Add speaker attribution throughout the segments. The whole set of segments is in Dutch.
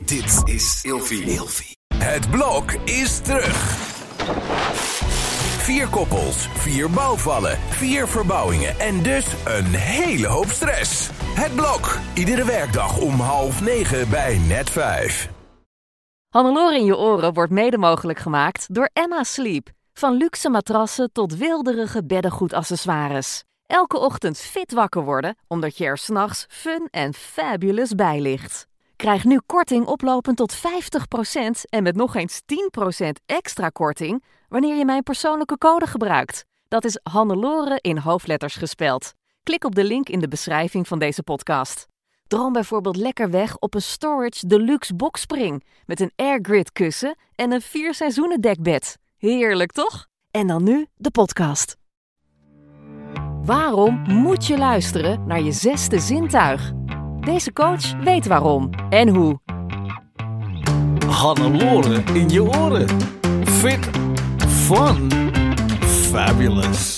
Speaker 1: Dit is Ilfie. Het blok is terug. 4 koppels, 4 bouwvallen, 4 verbouwingen en dus een hele hoop stress. Het blok, iedere werkdag om 8:30 bij Net5.
Speaker 2: Hannelore in je oren wordt mede mogelijk gemaakt door Emma Sleep. Van luxe matrassen tot wilderige beddengoedaccessoires. Elke ochtend fit wakker worden, omdat je er 's nachts fun en fabulous bij ligt. Krijg nu korting oplopend tot 50% en met nog eens 10% extra korting wanneer je mijn persoonlijke code gebruikt. Dat is Hannelore in hoofdletters gespeld. Klik op de link in de beschrijving van deze podcast. Droom bijvoorbeeld lekker weg op een Storage Deluxe boxspring met een airgrid kussen en een 4 seizoenen dekbed. Heerlijk, toch? En dan nu de podcast. Waarom moet je luisteren naar je 6e zintuig? Deze coach weet waarom en hoe.
Speaker 3: Hannelore in je oren. Fit, fun, fabulous.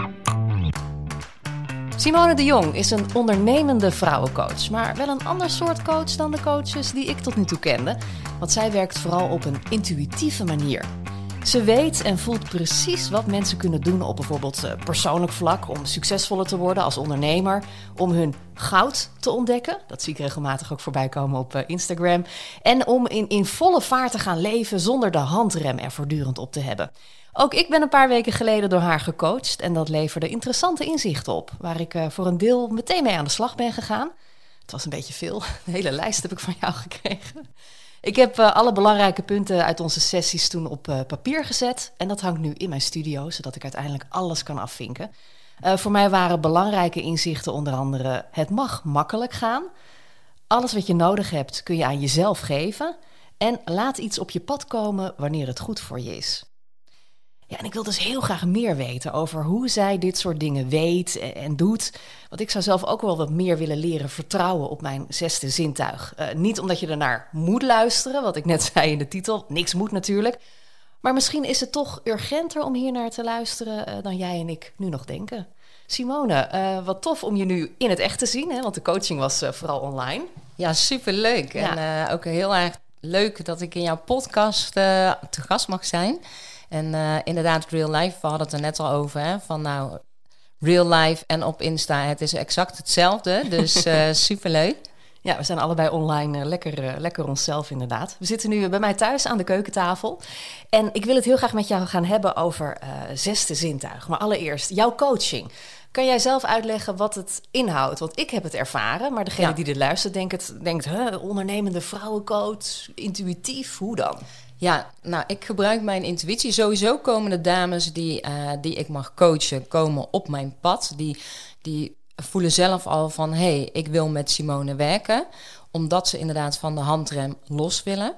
Speaker 2: Simone de Jong is een ondernemende vrouwencoach, maar wel een ander soort coach dan de coaches die ik tot nu toe kende, want zij werkt vooral op een intuïtieve manier. Ze weet en voelt precies wat mensen kunnen doen op bijvoorbeeld persoonlijk vlak om succesvoller te worden als ondernemer, om hun goud te ontdekken, dat zie ik regelmatig ook voorbij komen op Instagram, en om in volle vaart te gaan leven zonder de handrem er voortdurend op te hebben. Ook ik ben een paar weken geleden door haar gecoacht en dat leverde interessante inzichten op, waar ik voor een deel meteen mee aan de slag ben gegaan. Het was een beetje veel, de hele lijst heb ik van jou gekregen. Ik heb alle belangrijke punten uit onze sessies toen op papier gezet en dat hangt nu in mijn studio, zodat ik uiteindelijk alles kan afvinken. Voor mij waren belangrijke inzichten onder andere: het mag makkelijk gaan. Alles wat je nodig hebt kun je aan jezelf geven. En laat iets op je pad komen wanneer het goed voor je is. Ja, en ik wil dus heel graag meer weten over hoe zij dit soort dingen weet en doet. Want ik zou zelf ook wel wat meer willen leren vertrouwen op mijn 6e zintuig. Niet omdat je ernaar moet luisteren, wat ik net zei in de titel. Niks moet natuurlijk. Maar misschien is het toch urgenter om hier naar te luisteren dan jij en ik nu nog denken. Simone, wat tof om je nu in het echt te zien, hè? Want de coaching was vooral online.
Speaker 4: Ja, superleuk. Ja. En ook heel erg leuk dat ik in jouw podcast te gast mag zijn. En inderdaad, real life, we hadden het er net al over. Hè, van nou, real life en op Insta, het is exact hetzelfde. Dus superleuk.
Speaker 2: Ja, we zijn allebei online lekker onszelf inderdaad. We zitten nu bij mij thuis aan de keukentafel. En ik wil het heel graag met jou gaan hebben over 6e zintuig. Maar allereerst, jouw coaching. Kan jij zelf uitleggen wat het inhoudt? Want ik heb het ervaren, maar degene die dit luistert denkt ondernemende vrouwencoach, intuïtief, hoe dan?
Speaker 4: Ja, nou, ik gebruik mijn intuïtie. Sowieso komen de dames die ik mag coachen, komen op mijn pad. Die voelen zelf al van, hey, ik wil met Simone werken. Omdat ze inderdaad van de handrem los willen.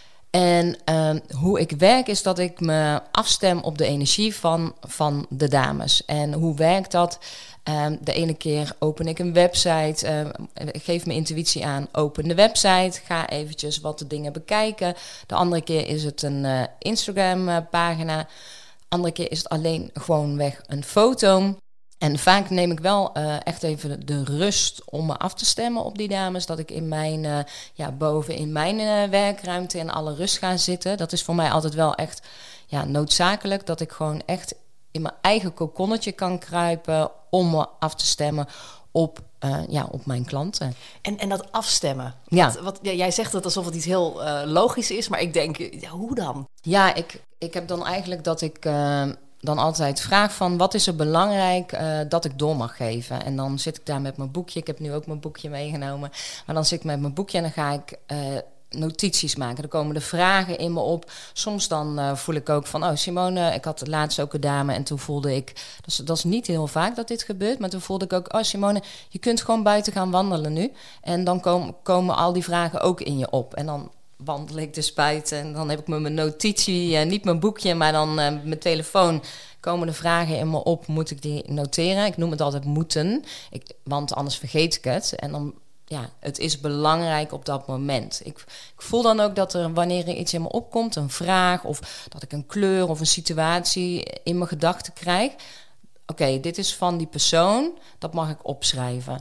Speaker 4: En hoe ik werk is dat ik me afstem op de energie van de dames. En hoe werkt dat? De ene keer open ik een website, geef mijn intuïtie aan, open de website, ga eventjes wat de dingen bekijken. De andere keer is het een Instagram pagina. Andere keer is het alleen gewoonweg een foto. En vaak neem ik wel echt even de rust om me af te stemmen op die dames. Dat ik in mijn, boven in mijn werkruimte in alle rust ga zitten. Dat is voor mij altijd wel echt noodzakelijk. Dat ik gewoon echt in mijn eigen kokonnetje kan kruipen om me af te stemmen op mijn klanten. En
Speaker 2: dat afstemmen.
Speaker 4: Ja.
Speaker 2: Jij zegt het alsof het iets heel logisch is, maar ik denk, hoe dan?
Speaker 4: Ja, ik heb dan eigenlijk dat ik dan altijd vraag van wat is er belangrijk dat ik door mag geven. En dan zit ik daar met mijn boekje. Ik heb nu ook mijn boekje meegenomen. Maar dan zit ik met mijn boekje en dan ga ik notities maken. Er komen de vragen in me op. Soms dan voel ik ook van, Simone, ik had laatst ook een dame en toen voelde ik, dat is niet heel vaak dat dit gebeurt, maar toen voelde ik ook, Simone, je kunt gewoon buiten gaan wandelen nu. En dan komen al die vragen ook in je op. En dan wandel ik dus buiten en dan heb ik mijn notitie, niet mijn boekje, maar dan mijn telefoon. Komen de vragen in me op, moet ik die noteren? Ik noem het altijd moeten, want anders vergeet ik het. En dan, het is belangrijk op dat moment. Ik voel dan ook dat er, wanneer er iets in me opkomt, een vraag of dat ik een kleur of een situatie in mijn gedachten krijg. Oké, dit is van die persoon, dat mag ik opschrijven.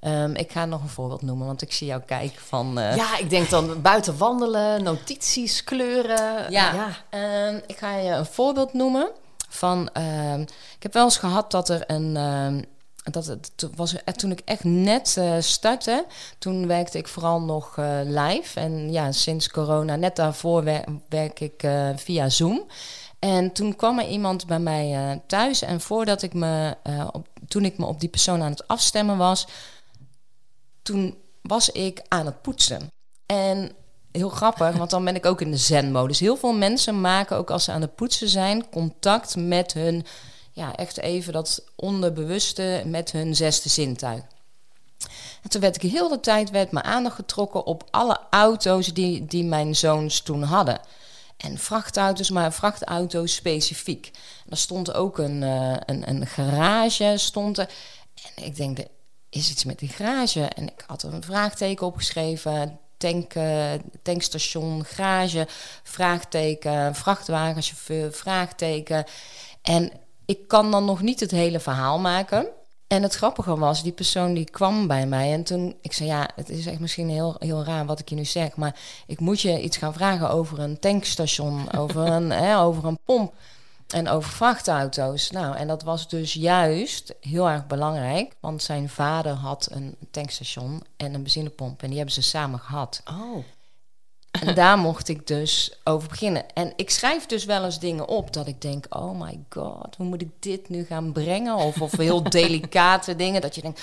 Speaker 4: Ik ga nog een voorbeeld noemen, want ik zie jou kijken van...
Speaker 2: Ja, ik denk dan buiten wandelen, notities, kleuren.
Speaker 4: Ik ga je een voorbeeld noemen van... ik heb wel eens gehad dat er een... toen ik echt net startte, toen werkte ik vooral nog live. En ja, sinds corona, net daarvoor werk ik via Zoom. En toen kwam er iemand bij mij thuis. En voordat ik toen ik me op die persoon aan het afstemmen was... toen was ik aan het poetsen. En heel grappig, want dan ben ik ook in de zen-modus. Heel veel mensen maken ook als ze aan het poetsen zijn... contact met hun... ja, echt even dat onderbewuste met hun 6e zintuig. En toen werd ik heel de tijd mijn aandacht getrokken op alle auto's die mijn zoons toen hadden. En vrachtauto's, maar vrachtauto's specifiek. En er stond ook een garage, stond er. En ik denk, er is iets met die garage. En ik had er een vraagteken opgeschreven... tankstation, garage, vraagteken, vrachtwagenchauffeur, vraagteken. En ik kan dan nog niet het hele verhaal maken. En het grappige was, die persoon die kwam bij mij... en toen, ik zei, ja, het is echt misschien heel, heel raar wat ik je nu zeg... maar ik moet je iets gaan vragen over een tankstation... over een pomp en over vrachtauto's. Nou, en dat was dus juist heel erg belangrijk... want zijn vader had een tankstation en een benzinepomp... en die hebben ze samen gehad.
Speaker 2: Oh.
Speaker 4: En daar mocht ik dus over beginnen. En ik schrijf dus wel eens dingen op dat ik denk... oh my god, hoe moet ik dit nu gaan brengen? Of heel delicate dingen, dat je denkt...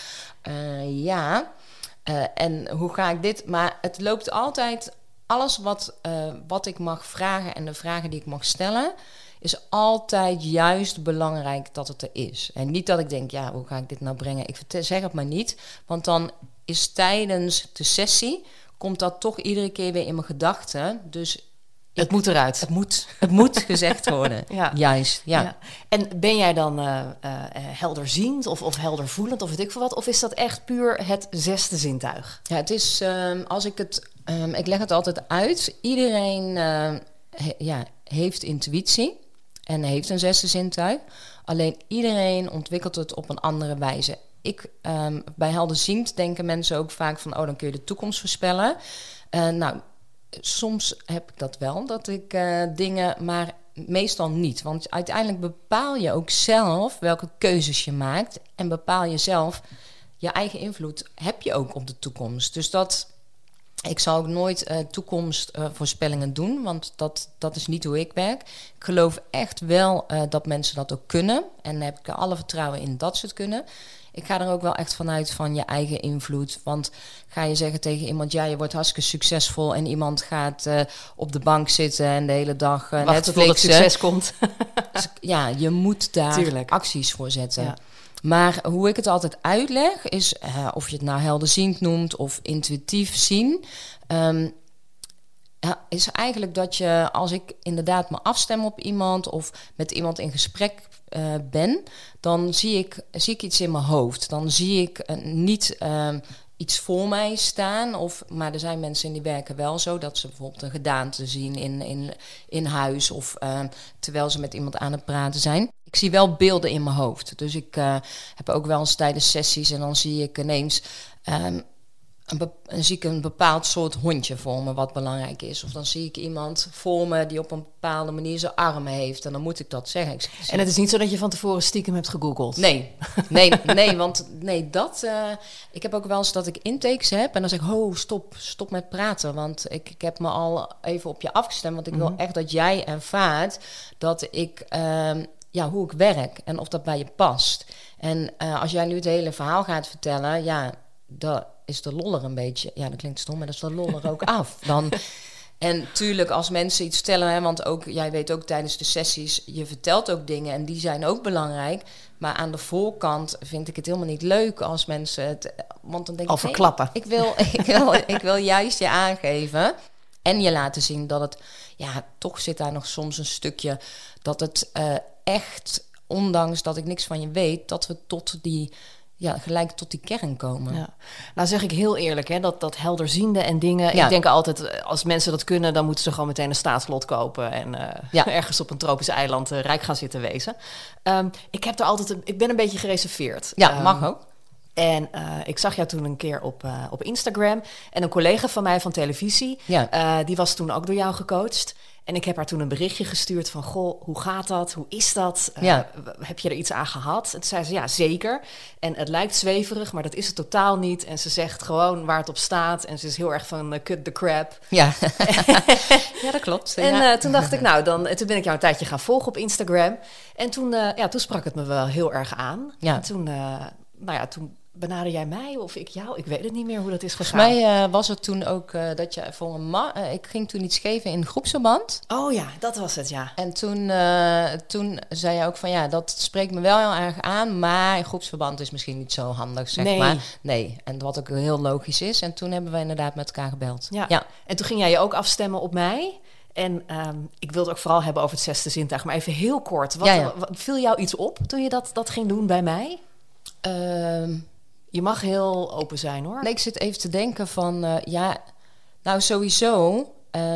Speaker 4: en hoe ga ik dit... Maar het loopt altijd... alles wat ik mag vragen en de vragen die ik mag stellen... is altijd juist belangrijk dat het er is. En niet dat ik denk, ja, hoe ga ik dit nou brengen? Ik zeg het maar niet, want dan is tijdens de sessie... komt dat toch iedere keer weer in mijn gedachten. Dus
Speaker 2: het moet eruit.
Speaker 4: Het moet gezegd worden.
Speaker 2: Ja.
Speaker 4: Juist, ja.
Speaker 2: En ben jij dan helderziend of heldervoelend of weet ik veel wat? Of is dat echt puur het 6e zintuig?
Speaker 4: Ja, het is, als ik het... ik leg het altijd uit. Iedereen heeft intuïtie en heeft een 6e zintuig. Alleen iedereen ontwikkelt het op een andere wijze. Bij helderziend denken mensen ook vaak van... oh, dan kun je de toekomst voorspellen. Nou, soms heb ik dat wel, dat ik dingen... maar meestal niet. Want uiteindelijk bepaal je ook zelf welke keuzes je maakt... en bepaal je zelf je eigen invloed heb je ook op de toekomst. Dus ik zal ook nooit toekomstvoorspellingen doen... want dat is niet hoe ik werk. Ik geloof echt wel dat mensen dat ook kunnen. En daar heb ik alle vertrouwen in dat ze het kunnen... Ik ga er ook wel echt vanuit van je eigen invloed. Want ga je zeggen tegen iemand... ja, je wordt hartstikke succesvol... en iemand gaat op de bank zitten en de hele dag
Speaker 2: wachten tot het succes komt.
Speaker 4: Dus, ja, je moet daar acties voor zetten.
Speaker 2: Ja.
Speaker 4: Maar hoe ik het altijd uitleg is... of je het nou helderziend noemt of intuïtief zien... is eigenlijk dat je, als ik inderdaad me afstem op iemand... of met iemand in gesprek ben... dan zie ik iets in mijn hoofd. Dan zie ik niet iets voor mij staan. Maar er zijn mensen die werken wel zo... dat ze bijvoorbeeld een gedaante zien in huis... of terwijl ze met iemand aan het praten zijn. Ik zie wel beelden in mijn hoofd. Dus ik heb ook wel eens tijdens sessies... en dan zie ik ineens... zie ik een bepaald soort hondje voor me wat belangrijk is. Of dan zie ik iemand voor me die op een bepaalde manier zijn armen heeft. En dan moet ik dat zeggen.
Speaker 2: En het is niet zo dat je van tevoren stiekem hebt gegoogeld?
Speaker 4: Nee, want ik heb ook wel eens dat ik intakes heb... en dan zeg ik, stop met praten. Want ik heb me al even op je afgestemd. Want ik wil echt dat jij ervaart dat ik... hoe ik werk en of dat bij je past. En als jij nu het hele verhaal gaat vertellen... ja, dat is de lol er een beetje... ja, dat klinkt stom, maar dat is de lol er ook af. En tuurlijk, als mensen iets vertellen... want ook, jij weet ook tijdens de sessies... je vertelt ook dingen en die zijn ook belangrijk... maar aan de voorkant vind ik het helemaal niet leuk... als mensen het... want dan denk
Speaker 2: al verklappen.
Speaker 4: Ik wil juist je aangeven... en je laten zien dat het... ja, toch zit daar nog soms een stukje... dat het echt, ondanks dat ik niks van je weet... dat we tot die... ja, gelijk tot die kern komen.
Speaker 2: Ja. Nou zeg ik heel eerlijk, hè, dat helderziende en dingen... Ja. Ik denk altijd, als mensen dat kunnen... dan moeten ze gewoon meteen een staatslot kopen... en ergens op een tropisch eiland rijk gaan zitten wezen. Ik ben een beetje gereserveerd.
Speaker 4: Ja, mag ook.
Speaker 2: En ik zag jou toen een keer op Instagram. En een collega van mij van televisie, die was toen ook door jou gecoacht. En ik heb haar toen een berichtje gestuurd van... goh, hoe gaat dat? Hoe is dat? Heb je er iets aan gehad? En toen zei ze, ja, zeker. En het lijkt zweverig, maar dat is het totaal niet. En ze zegt gewoon waar het op staat. En ze is heel erg van cut the crap.
Speaker 4: Ja, ja, dat klopt.
Speaker 2: En toen dacht ik, toen ben ik jou een tijdje gaan volgen op Instagram. En toen sprak het me wel heel erg aan.
Speaker 4: Ja.
Speaker 2: En toen benaderde jij mij of ik jou? Ik weet het niet meer hoe dat is gegaan.
Speaker 4: Volgens mij was het toen ook dat je voor een ik ging toen iets geven in groepsverband.
Speaker 2: Oh ja, dat was het, ja.
Speaker 4: En toen zei je ook van ja, dat spreekt me wel heel erg aan, maar in groepsverband is misschien niet zo handig, zeg maar. Nee, en wat ook heel logisch is. En toen hebben we inderdaad met elkaar gebeld.
Speaker 2: Ja. En toen ging jij je ook afstemmen op mij. En ik wilde ook vooral hebben over het zesde zintuig, maar even heel kort. Wat viel jou iets op toen je dat ging doen bij mij? Je mag heel open zijn, hoor.
Speaker 4: Nee, ik zit even te denken van... sowieso...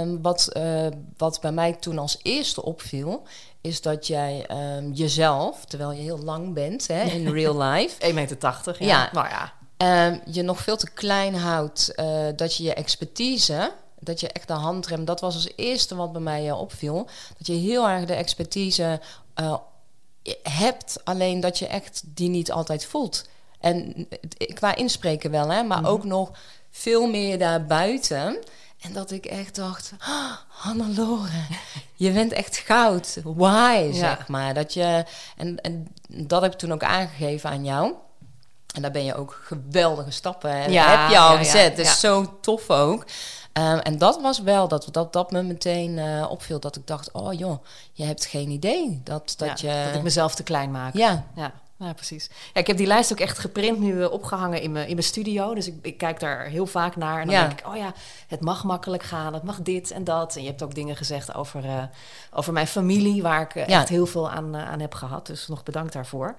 Speaker 4: wat bij mij toen als eerste opviel... is dat jij jezelf, terwijl je heel lang bent in real life...
Speaker 2: 1,80 meter, ja. Nou ja.
Speaker 4: Je nog veel te klein houdt. Dat je expertise... dat je echt de handrem... dat was als eerste wat bij mij opviel. Dat je heel erg de expertise hebt... alleen dat je echt die niet altijd voelt... En qua inspreken wel, maar ook nog veel meer daarbuiten. En dat ik echt dacht, Hannelore, je bent echt goud. Why, zeg maar. En dat heb ik toen ook aangegeven aan jou. En daar ben je ook geweldige stappen heb je al gezet. Dus zo tof ook. En dat was wel dat me meteen opviel. Dat ik dacht, oh joh, je hebt geen idee. Dat
Speaker 2: ik mezelf te klein maak. Ja, precies. Ja, ik heb die lijst ook echt geprint nu opgehangen in mijn studio. Dus ik kijk daar heel vaak naar. En dan denk ik, oh ja, het mag makkelijk gaan. Het mag dit en dat. En je hebt ook dingen gezegd over mijn familie... waar ik echt heel veel aan heb gehad. Dus nog bedankt daarvoor.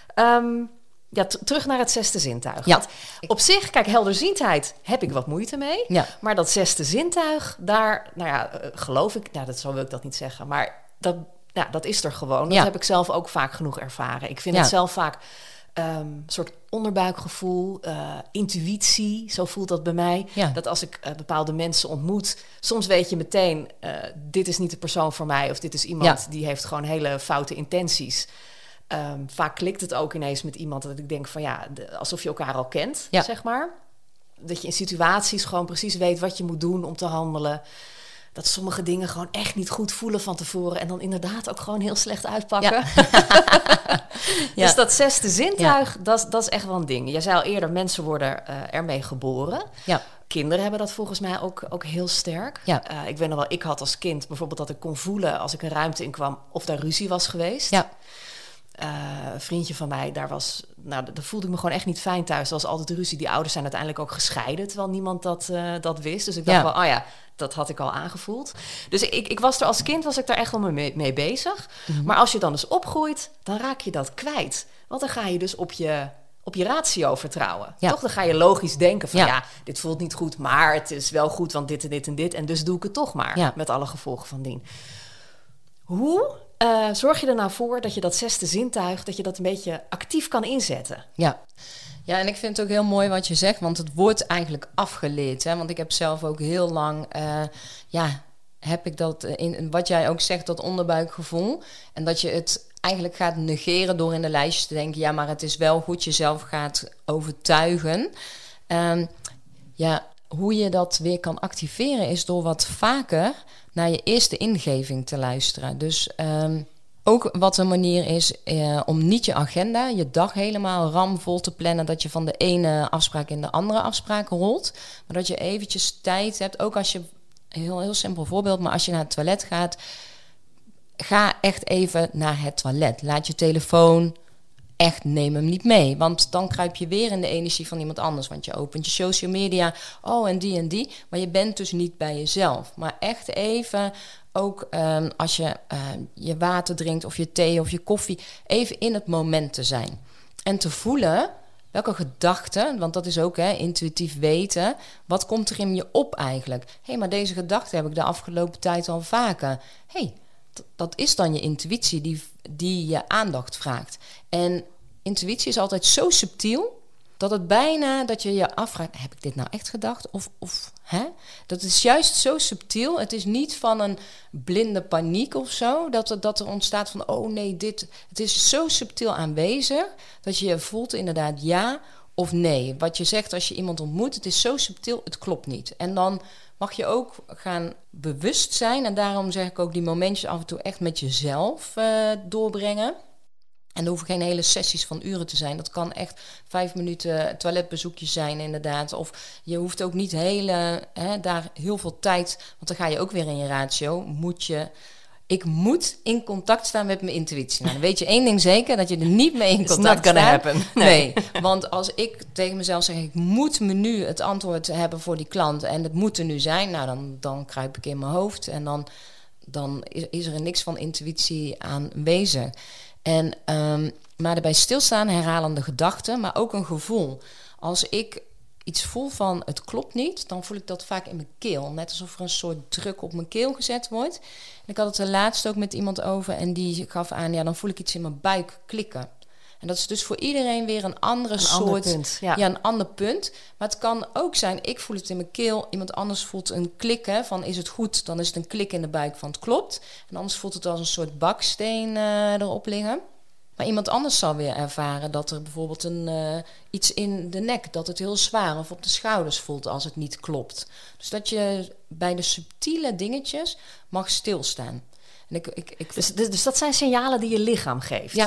Speaker 2: Terug naar het zesde zintuig.
Speaker 4: Ja.
Speaker 2: Op zich, kijk, helderziendheid heb ik wat moeite mee. Ja. Maar dat zesde zintuig, daar, geloof ik... dat wil ik dat niet zeggen, maar dat is er gewoon. Dat heb ik zelf ook vaak genoeg ervaren. Ik vind het zelf vaak een soort onderbuikgevoel, intuïtie. Zo voelt dat bij mij. Ja. Dat als ik bepaalde mensen ontmoet... soms weet je meteen, dit is niet de persoon voor mij... of dit is iemand die heeft gewoon hele foute intenties. Vaak klikt het ook ineens met iemand... dat ik denk van alsof je elkaar al kent, zeg maar. Dat je in situaties gewoon precies weet wat je moet doen om te handelen... dat sommige dingen gewoon echt niet goed voelen van tevoren... en dan inderdaad ook gewoon heel slecht uitpakken. Ja. Dus dat zesde zintuig, dat is echt wel een ding. Jij zei al eerder, mensen worden ermee geboren. Ja. Kinderen hebben dat volgens mij ook heel sterk. Ja. Ik weet nog wel, ik had als kind bijvoorbeeld dat ik kon voelen... als ik een ruimte in kwam of daar ruzie was geweest... Ja. Een vriendje van mij, daar voelde ik me gewoon echt niet fijn thuis. Er was altijd ruzie. Die ouders zijn uiteindelijk ook gescheiden... terwijl niemand dat wist. Dus ik dacht wel, dat had ik al aangevoeld. Dus ik was er als kind, was ik daar echt wel mee bezig. Mm-hmm. Maar als je dan dus opgroeit, dan raak je dat kwijt. Want dan ga je dus op je ratio vertrouwen. Ja. Toch? Dan ga je logisch denken van dit voelt niet goed... maar het is wel goed, want dit en dit en dit... en dus doe ik het toch maar, met alle gevolgen van dien. Hoe... zorg je er nou voor dat je dat zesde zintuig... dat je dat een beetje actief kan inzetten?
Speaker 4: Ja, en ik vind het ook heel mooi wat je zegt... want het wordt eigenlijk afgeleerd. Hè? Want ik heb zelf ook heel lang... heb ik dat in wat jij ook zegt, dat onderbuikgevoel... en dat je het eigenlijk gaat negeren door in de lijstjes te denken... ja, maar het is wel goed, jezelf gaat overtuigen. Hoe je dat weer kan activeren is door wat vaker... naar je eerste ingeving te luisteren. Dus ook wat een manier is om niet je agenda... je dag helemaal ramvol te plannen... dat je van de ene afspraak in de andere afspraak rolt. Maar dat je eventjes tijd hebt. Ook als je, heel simpel voorbeeld... maar als je naar het toilet gaat... ga echt even naar het toilet. Laat je telefoon... echt neem hem niet mee. Want dan kruip je weer in de energie van iemand anders. Want je opent je social media. Oh, en die. Maar je bent dus niet bij jezelf. Maar echt even, ook als je je water drinkt... of je thee of je koffie... even in het moment te zijn. En te voelen welke gedachten... want dat is ook intuïtief weten... wat komt er in je op eigenlijk? Maar deze gedachte heb ik de afgelopen tijd al vaker. Dat is dan je intuïtie die je aandacht vraagt. En intuïtie is altijd zo subtiel... Dat het bijna, dat je je afvraagt, heb ik dit nou echt gedacht? Of hè? Dat is juist zo subtiel. Het is niet van een blinde paniek of zo, dat er ontstaat van, oh nee, dit. Het is zo subtiel aanwezig, dat je voelt inderdaad ja of nee. Wat je zegt als je iemand ontmoet, het is zo subtiel, het klopt niet. En dan mag je ook gaan bewust zijn. En daarom zeg ik ook die momentjes af en toe echt met jezelf doorbrengen. En er hoeven geen hele sessies van uren te zijn. Dat kan echt 5 minuten toiletbezoekje zijn inderdaad. Of je hoeft ook niet daar heel veel tijd... Want dan ga je ook weer in je ratio. Ik moet in contact staan met mijn intuïtie. Nou, dan weet je 1 ding zeker, dat je er niet mee in contact staat.
Speaker 2: It's not gonna happen.
Speaker 4: Nee, want als ik tegen mezelf zeg... ik moet me nu het antwoord hebben voor die klant... en het moet er nu zijn, nou dan kruip ik in mijn hoofd... en dan is er niks van intuïtie aanwezig... maar erbij stilstaan, herhalende gedachten, maar ook een gevoel. Als ik iets voel van het klopt niet, dan voel ik dat vaak in mijn keel. Net alsof er een soort druk op mijn keel gezet wordt. En ik had het er laatst ook met iemand over en die gaf aan, ja, dan voel ik iets in mijn buik klikken. En dat is dus voor iedereen weer een andere soort...
Speaker 2: Ander punt, ja.
Speaker 4: Ja, een ander punt. Maar het kan ook zijn, ik voel het in mijn keel... iemand anders voelt een klikken van is het goed... dan is het een klik in de buik van het klopt. En anders voelt het als een soort baksteen erop liggen. Maar iemand anders zal weer ervaren dat er bijvoorbeeld iets in de nek... dat het heel zwaar of op de schouders voelt als het niet klopt. Dus dat je bij de subtiele dingetjes mag stilstaan. En
Speaker 2: Dus dat zijn signalen die je lichaam geeft?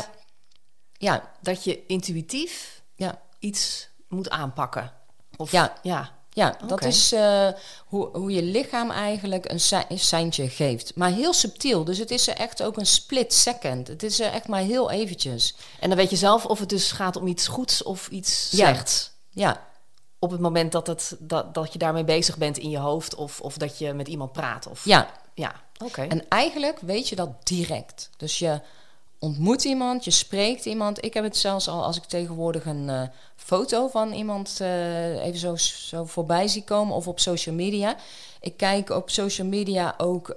Speaker 4: Ja,
Speaker 2: dat je intuïtief iets moet aanpakken. Of,
Speaker 4: Ja, dat is hoe je lichaam eigenlijk een seintje geeft. Maar heel subtiel, dus het is er echt ook een split second. Het is er echt maar heel eventjes.
Speaker 2: En dan weet je zelf of het dus gaat om iets goeds of iets slechts.
Speaker 4: Ja.
Speaker 2: Op het moment dat je daarmee bezig bent in je hoofd... of dat je met iemand praat. Of...
Speaker 4: Ja.
Speaker 2: Oké.
Speaker 4: En eigenlijk weet je dat direct. Dus je ontmoet iemand, je spreekt iemand. Ik heb het zelfs al als ik tegenwoordig een foto van iemand even zo voorbij zie komen... of op social media. Ik kijk op social media ook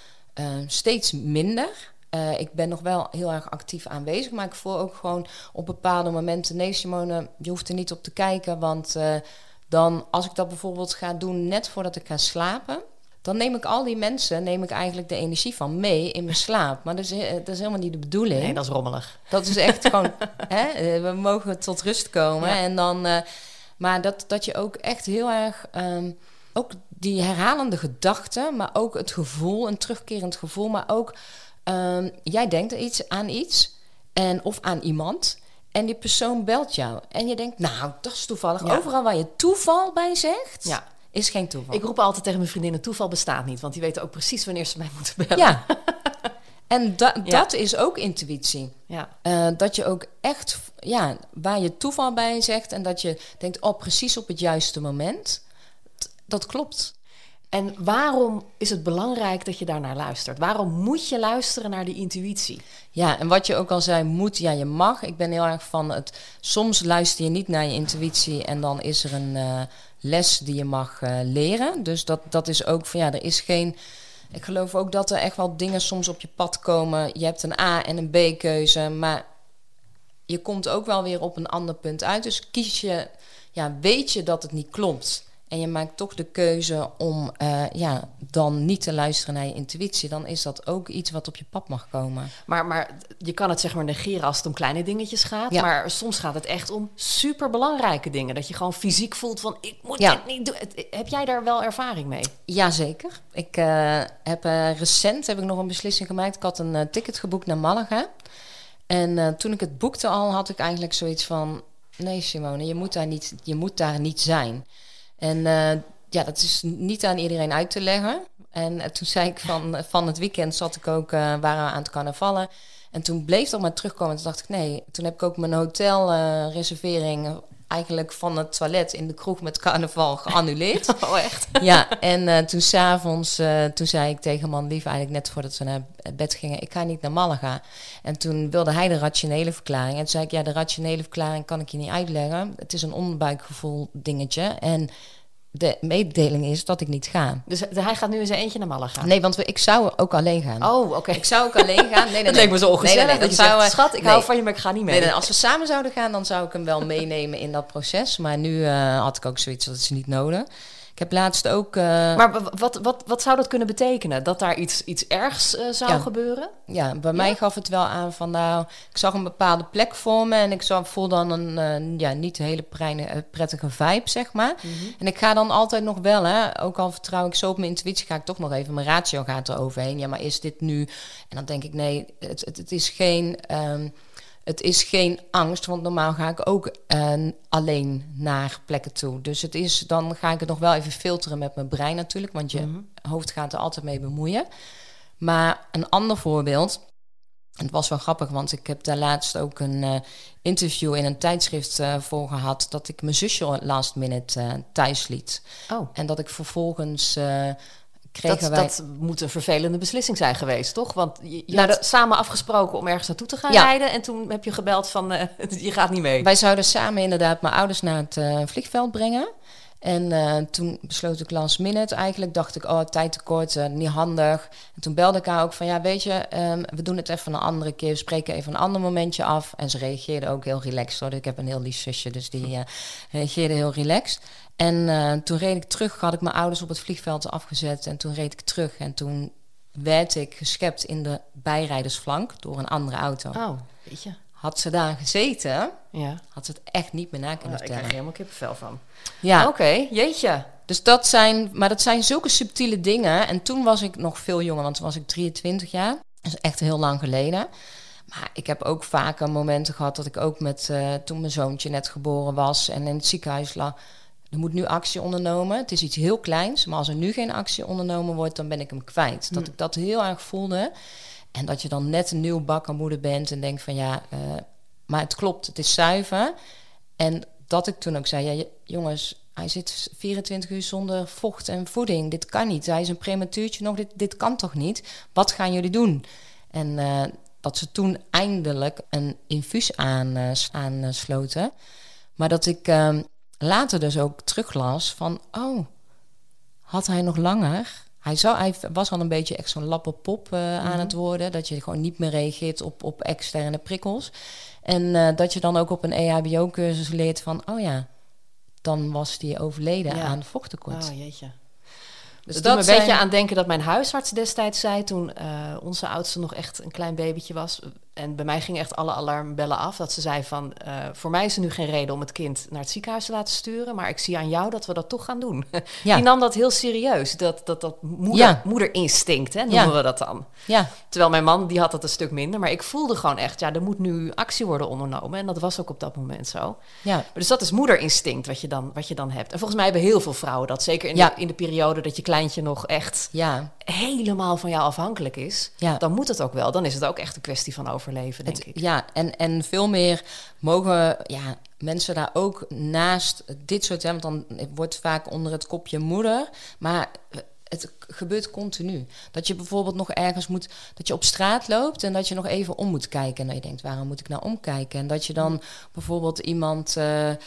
Speaker 4: steeds minder. Ik ben nog wel heel erg actief aanwezig... maar ik voel ook gewoon op bepaalde momenten... nee, Simone, je hoeft er niet op te kijken... want dan als ik dat bijvoorbeeld ga doen net voordat ik ga slapen... dan neem ik al die mensen, eigenlijk de energie van mee in mijn slaap. Maar dat is helemaal niet de bedoeling.
Speaker 2: Nee, dat is rommelig.
Speaker 4: Dat is echt gewoon, we mogen tot rust komen. Ja. En dan, maar dat je ook echt heel erg, ook die herhalende gedachten, maar ook het gevoel, een terugkerend gevoel, maar ook, jij denkt aan iets of aan iemand... en die persoon belt jou. En je denkt, nou, dat is toevallig. Ja. Overal waar je toeval bij zegt... Ja. Is geen toeval.
Speaker 2: Ik roep altijd tegen mijn vriendinnen, toeval bestaat niet. Want die weten ook precies wanneer ze mij moeten bellen.
Speaker 4: Ja. En dat is ook intuïtie. Ja. Dat je ook echt, waar je toeval bij zegt... en dat je denkt, precies op het juiste moment. Dat klopt.
Speaker 2: En waarom is het belangrijk dat je daarnaar luistert? Waarom moet je luisteren naar die intuïtie?
Speaker 4: Ja, en wat je ook al zei, je mag. Ik ben heel erg van het... Soms luister je niet naar je intuïtie... en dan is er een les die je mag leren. Dus dat is ook van, er is geen... Ik geloof ook dat er echt wel dingen soms op je pad komen. Je hebt een A- en een B-keuze, maar... je komt ook wel weer op een ander punt uit. Dus weet je dat het niet klopt... en je maakt toch de keuze om dan niet te luisteren naar je intuïtie... dan is dat ook iets wat op je pad mag komen.
Speaker 2: Maar je kan het zeg maar negeren als het om kleine dingetjes gaat... Ja. Maar soms gaat het echt om superbelangrijke dingen. Dat je gewoon fysiek voelt van, ik moet dit niet doen. Heb jij daar wel ervaring mee?
Speaker 4: Jazeker. Ik heb recent nog een beslissing gemaakt. Ik had een ticket geboekt naar Malaga. En toen ik het boekte al, had ik eigenlijk zoiets van... nee, Simone, je moet daar niet zijn... En dat is niet aan iedereen uit te leggen. En toen zei ik van het weekend zat ik ook, waren we aan het carnavallen. En toen bleef dat maar terugkomen. Toen dacht ik, nee. Toen heb ik ook mijn hotelreservering eigenlijk van het toilet in de kroeg met carnaval geannuleerd.
Speaker 2: Oh, echt?
Speaker 4: Ja, en toen 's avonds, toen zei ik tegen man lief eigenlijk net voordat we naar bed gingen... ik ga niet naar Malaga. En toen wilde hij de rationele verklaring. En toen zei ik, de rationele verklaring kan ik je niet uitleggen. Het is een onderbuikgevoel dingetje. En de mededeling is dat ik niet ga.
Speaker 2: Dus hij gaat nu in zijn eentje naar Malaga?
Speaker 4: Nee, want ik zou ook alleen gaan.
Speaker 2: Oh, oké.
Speaker 4: Ik zou ook alleen gaan. Nee,
Speaker 2: dat leek me zo ongezellig.
Speaker 4: Nee,
Speaker 2: dat je zegt, schat, ik hou van je, maar ik ga niet mee.
Speaker 4: Nee, als we samen zouden gaan, dan zou ik hem wel meenemen in dat proces. Maar nu had ik ook zoiets, dat is niet nodig. Ik heb laatst ook...
Speaker 2: Maar wat zou dat kunnen betekenen? Dat daar iets ergs zou gebeuren?
Speaker 4: Ja, bij mij gaf het wel aan van... Nou, ik zag een bepaalde plek voor me... en ik voel dan een niet hele prettige vibe, zeg maar. Mm-hmm. En ik ga dan altijd nog wel, hè, ook al vertrouw ik zo op mijn intuïtie... ga ik toch nog even, mijn ratio gaat er overheen. Ja, maar is dit nu... En dan denk ik, nee, het is geen... Het is geen angst, want normaal ga ik ook alleen naar plekken toe. Dus dan ga ik het nog wel even filteren met mijn brein natuurlijk. Want je hoofd gaat er altijd mee bemoeien. Maar een ander voorbeeld. Het was wel grappig, want ik heb daar laatst ook een interview in een tijdschrift voor gehad. Dat ik mijn zusje last minute thuis liet.
Speaker 2: Oh.
Speaker 4: En dat ik vervolgens...
Speaker 2: Dat moet een vervelende beslissing zijn geweest, toch? Want je had samen afgesproken om ergens naartoe te gaan rijden... en toen heb je gebeld van, je gaat niet mee.
Speaker 4: Wij zouden samen inderdaad mijn ouders naar het vliegveld brengen. En toen besloot ik last minute eigenlijk. Dacht ik, tijd tekort, niet handig. En toen belde ik haar ook van, ja, weet je... we doen het even een andere keer. We spreken even een ander momentje af. En ze reageerde ook heel relaxed, hoor. Ik heb een heel lief zusje, dus die reageerde heel relaxed. En toen reed ik terug, had ik mijn ouders op het vliegveld afgezet... en toen reed ik terug en toen werd ik geschept in de bijrijdersflank... door een andere auto.
Speaker 2: Oh, weet je.
Speaker 4: Had ze daar gezeten, had ze het echt niet meer na kunnen vertellen.
Speaker 2: Ik krijg er helemaal kippenvel van.
Speaker 4: Ja.
Speaker 2: Oké, jeetje.
Speaker 4: Dus dat zijn zulke subtiele dingen. En toen was ik nog veel jonger, want toen was ik 23 jaar. Dat is echt heel lang geleden. Maar ik heb ook vaker momenten gehad dat ik ook met... toen mijn zoontje net geboren was en in het ziekenhuis lag... Er moet nu actie ondernomen. Het is iets heel kleins. Maar als er nu geen actie ondernomen wordt, dan ben ik hem kwijt. Dat ik dat heel erg voelde. En dat je dan net een nieuw bakkermoeder bent en denkt van maar het klopt, het is zuiver. En dat ik toen ook zei, ja, jongens, hij zit 24 uur zonder vocht en voeding. Dit kan niet. Hij is een prematuurtje nog. Dit kan toch niet? Wat gaan jullie doen? En dat ze toen eindelijk een infuus aansloten. Maar dat ik... later dus ook teruglas van... had hij nog langer? Hij was al een beetje echt zo'n lappenpop aan het worden. Dat je gewoon niet meer reageert op externe prikkels. En dat je dan ook op een EHBO-cursus leert van... dan was die overleden aan vochttekort.
Speaker 2: Oh, jeetje. Dus dat doet me een beetje aan denken dat mijn huisarts destijds zei... toen onze oudste nog echt een klein babytje was... en bij mij gingen echt alle alarmbellen af... dat ze zei van, voor mij is er nu geen reden om het kind naar het ziekenhuis te laten sturen... maar ik zie aan jou dat we dat toch gaan doen. Ja. Die nam dat heel serieus, dat moederinstinct, hè, noemen we dat dan. Ja. Terwijl mijn man, die had dat een stuk minder... maar ik voelde gewoon echt, er moet nu actie worden ondernomen... en dat was ook op dat moment zo. Ja. Maar dus dat is moederinstinct wat je dan hebt. En volgens mij hebben heel veel vrouwen dat. Zeker in de periode dat je kleintje nog echt... helemaal van jou afhankelijk is... dan moet het ook wel. Dan is het ook echt een kwestie van overleven, denk ik.
Speaker 4: Ja, en veel meer mogen mensen daar ook naast dit soort... want dan wordt vaak onder het kopje moeder... maar het gebeurt continu. Dat je bijvoorbeeld nog ergens moet... dat je op straat loopt en dat je nog even om moet kijken... en dat je denkt, waarom moet ik nou omkijken? En dat je dan bijvoorbeeld iemand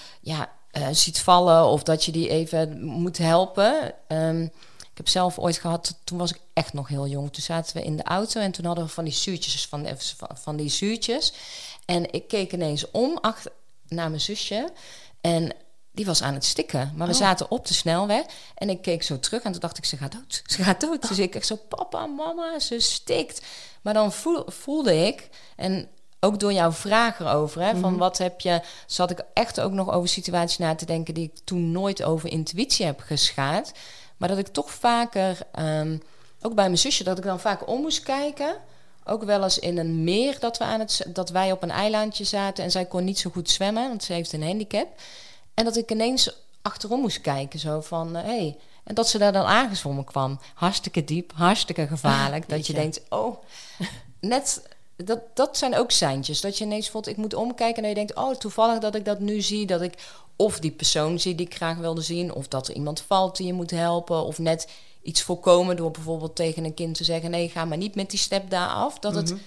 Speaker 4: ziet vallen... of dat je die even moet helpen... Ik heb zelf ooit gehad, toen was ik echt nog heel jong. Toen zaten we in de auto en toen hadden we van die zuurtjes, van die zuurtjes. En ik keek ineens om naar mijn zusje en die was aan het stikken. Maar we zaten op de snelweg en ik keek zo terug en toen dacht ik, ze gaat dood. Ze gaat dood. Dus ik zo, papa, mama, ze stikt. Maar dan voelde ik, en ook door jouw vraag erover, van wat heb je... zat ik echt ook nog over situaties na te denken... die ik toen nooit over intuïtie heb geschaad... Maar dat ik toch vaker, ook bij mijn zusje... dat ik dan vaak om moest kijken. Ook wel eens in een meer dat wij op een eilandje zaten... en zij kon niet zo goed zwemmen, want ze heeft een handicap. En dat ik ineens achterom moest kijken, zo van... hey. En dat ze daar dan aangezwommen kwam. Hartstikke diep, hartstikke gevaarlijk. Dat je denkt, net... Dat zijn ook seintjes. Dat je ineens voelt, ik moet omkijken... en dat je denkt, toevallig dat ik dat nu zie... dat ik of die persoon zie die ik graag wilde zien... of dat er iemand valt die je moet helpen... of net iets voorkomen door bijvoorbeeld tegen een kind te zeggen... nee, ga maar niet met die step daar af.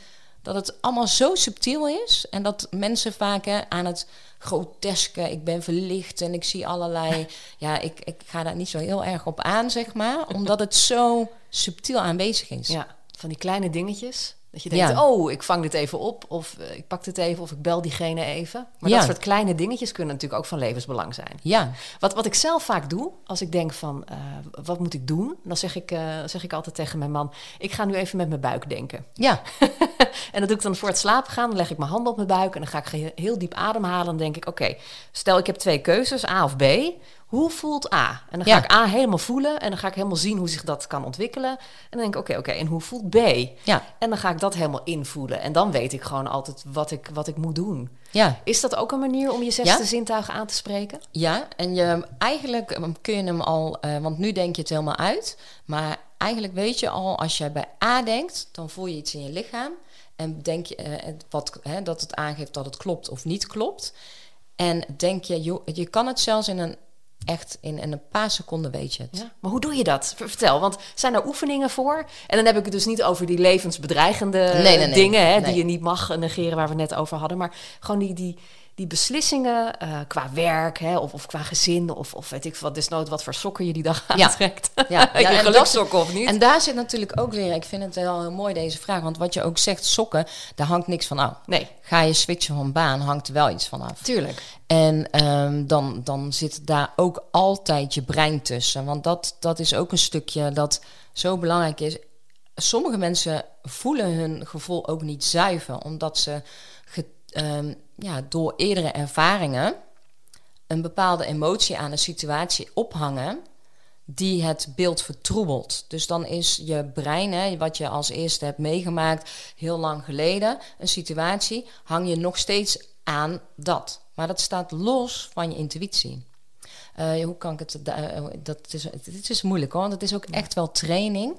Speaker 4: Dat het allemaal zo subtiel is. En dat mensen vaak aan het groteske, ik ben verlicht en ik zie allerlei... Ja, ik ga daar niet zo heel erg op aan, zeg maar. Omdat het zo subtiel aanwezig is.
Speaker 2: Ja, van die kleine dingetjes. Dat je denkt, ik vang dit even op. Of ik pak dit even. Of ik bel diegene even. Maar dat soort kleine dingetjes kunnen natuurlijk ook van levensbelang zijn.
Speaker 4: Ja.
Speaker 2: Wat ik zelf vaak doe, als ik denk van, wat moet ik doen? Dan zeg ik altijd tegen mijn man, ik ga nu even met mijn buik denken.
Speaker 4: Ja.
Speaker 2: En dat doe ik dan voor het slapen gaan. Dan leg ik mijn handen op mijn buik en dan ga ik heel diep ademhalen. En dan denk ik, oké, stel ik heb 2 keuzes, A of B. Hoe voelt A? En dan ga ik A helemaal voelen. En dan ga ik helemaal zien hoe zich dat kan ontwikkelen. En dan denk ik, oké, en hoe voelt B?
Speaker 4: Ja.
Speaker 2: En dan ga ik dat helemaal invoelen. En dan weet ik gewoon altijd wat ik moet doen.
Speaker 4: Ja.
Speaker 2: Is dat ook een manier om je 6e zintuigen aan te spreken?
Speaker 4: Ja, en eigenlijk kun je hem al... want nu denk je het helemaal uit. Maar eigenlijk weet je al, als jij bij A denkt... dan voel je iets in je lichaam. En denk je dat het aangeeft dat het klopt of niet klopt. En denk je kan het zelfs in een paar seconden weet je het.
Speaker 2: Ja, maar hoe doe je dat? Vertel, want zijn er oefeningen voor? En dan heb ik het dus niet over die levensbedreigende dingen... die je niet mag negeren, waar we het net over hadden. Maar gewoon die beslissingen qua werk of qua gezin... of weet ik wat, desnoods wat voor sokken je die dag aantrekt.
Speaker 4: Ja,
Speaker 2: je geluksokken of niet?
Speaker 4: En daar zit natuurlijk ook weer... Ik vind het wel heel mooi, deze vraag. Want wat je ook zegt, sokken, daar hangt niks van af.
Speaker 2: Nee.
Speaker 4: Ga je switchen van baan, hangt er wel iets van af.
Speaker 2: Tuurlijk.
Speaker 4: En dan zit daar ook altijd je brein tussen. Want dat is ook een stukje dat zo belangrijk is. Sommige mensen voelen hun gevoel ook niet zuiver... omdat ze door eerdere ervaringen... een bepaalde emotie aan een situatie ophangen... die het beeld vertroebelt. Dus dan is je brein, wat je als eerste hebt meegemaakt... heel lang geleden, een situatie... hang je nog steeds aan dat. Maar dat staat los van je intuïtie. Hoe kan ik het... Het is moeilijk hoor, want het is ook echt wel training...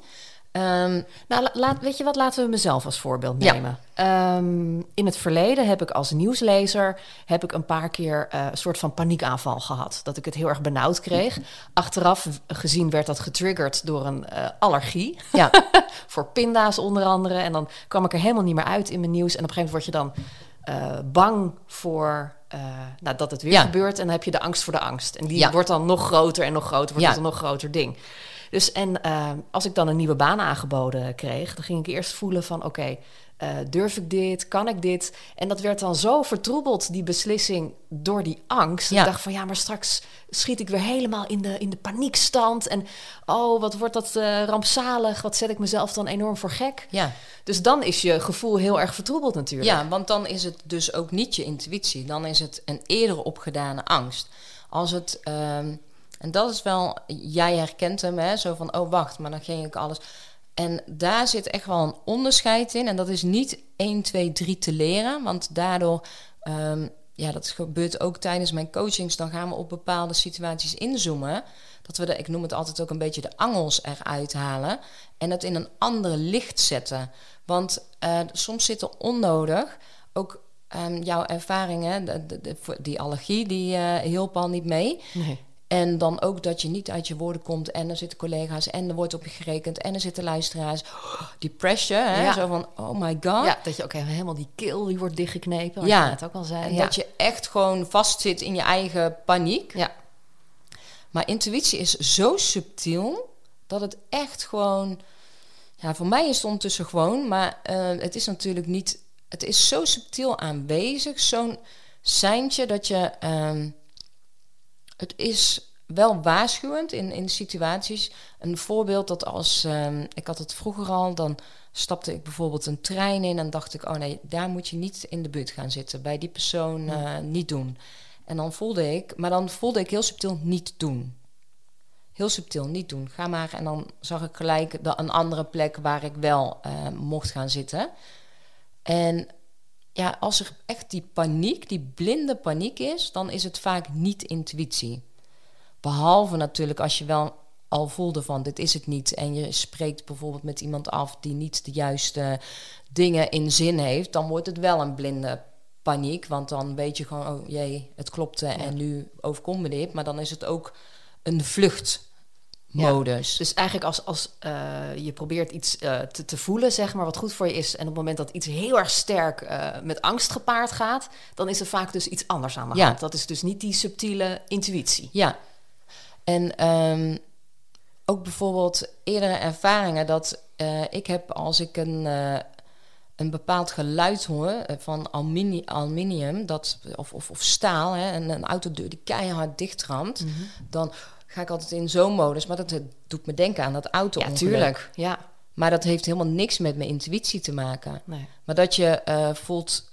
Speaker 2: weet je wat, laten we mezelf als voorbeeld nemen. Ja. In het verleden heb ik als nieuwslezer... een paar keer een soort van paniekaanval gehad. Dat ik het heel erg benauwd kreeg. Achteraf gezien werd dat getriggerd door een allergie. Ja. Voor pinda's onder andere. En dan kwam ik er helemaal niet meer uit in mijn nieuws. En op een gegeven moment word je dan bang voor... dat het weer gebeurt. En dan heb je de angst voor de angst. En die wordt dan nog groter en nog groter. Wordt het een nog groter ding. Dus als ik dan een nieuwe baan aangeboden kreeg... dan ging ik eerst voelen van durf ik dit? Kan ik dit? En dat werd dan zo vertroebeld, die beslissing, door die angst. Ja. Ik dacht van maar straks schiet ik weer helemaal in de paniekstand. En wat wordt dat rampzalig? Wat zet ik mezelf dan enorm voor gek? Ja. Dus dan is je gevoel heel erg vertroebeld natuurlijk.
Speaker 4: Ja, want dan is het dus ook niet je intuïtie. Dan is het een eerder opgedane angst. Als het... En dat is wel, jij herkent hem, zo van, wacht, maar dan ging ik alles... En daar zit echt wel een onderscheid in. En dat is niet 1, 2, 3 te leren. Want daardoor, dat gebeurt ook tijdens mijn coachings... dan gaan we op bepaalde situaties inzoomen. Dat we ik noem het altijd ook een beetje de angels eruit halen. En het in een andere licht zetten. Want soms zit er onnodig ook... jouw ervaringen, die allergie, die hielp al niet mee... Nee. En dan ook dat je niet uit je woorden komt... en er zitten collega's en er wordt op je gerekend... en er zitten luisteraars. Die pressure, zo van, oh my god.
Speaker 2: Ja, dat je helemaal die keel die wordt dichtgeknepen. Wat je net ook al zei.
Speaker 4: En dat je echt gewoon vastzit in je eigen paniek. Ja. Maar intuïtie is zo subtiel... dat het echt gewoon... Ja, voor mij is het ondertussen gewoon... maar het is natuurlijk niet... Het is zo subtiel aanwezig. Zo'n seintje dat je... Het is wel waarschuwend in situaties. Een voorbeeld dat als... ik had het vroeger al, dan stapte ik bijvoorbeeld een trein in... en dacht ik, daar moet je niet in de buurt gaan zitten. Bij die persoon niet doen. En dan voelde ik heel subtiel niet doen. Heel subtiel niet doen. Ga maar. En dan zag ik gelijk een andere plek waar ik wel mocht gaan zitten. En... Ja, als er echt die paniek, die blinde paniek is... dan is het vaak niet intuïtie. Behalve natuurlijk als je wel al voelde van dit is het niet... en je spreekt bijvoorbeeld met iemand af... die niet de juiste dingen in zin heeft... dan wordt het wel een blinde paniek. Want dan weet je gewoon, het klopte en nu overkomt me dit. Maar dan is het ook een vluchtmodus. modus.
Speaker 2: Ja, dus eigenlijk als je probeert iets te voelen, zeg maar, wat goed voor je is, en op het moment dat iets heel erg sterk met angst gepaard gaat, dan is er vaak dus iets anders aan de hand. Dat is dus niet die subtiele intuïtie.
Speaker 4: Ja. En ook bijvoorbeeld eerdere ervaringen dat ik heb als ik een bepaald geluid hoor van aluminium of staal, hè, en een autodeur die keihard dichtramt, dan ga ik altijd in zo'n modus. Maar dat doet me denken aan dat auto-ongeluk.
Speaker 2: Ja, tuurlijk. Ja.
Speaker 4: Maar dat heeft helemaal niks met mijn intuïtie te maken.
Speaker 2: Nee.
Speaker 4: Maar dat je voelt,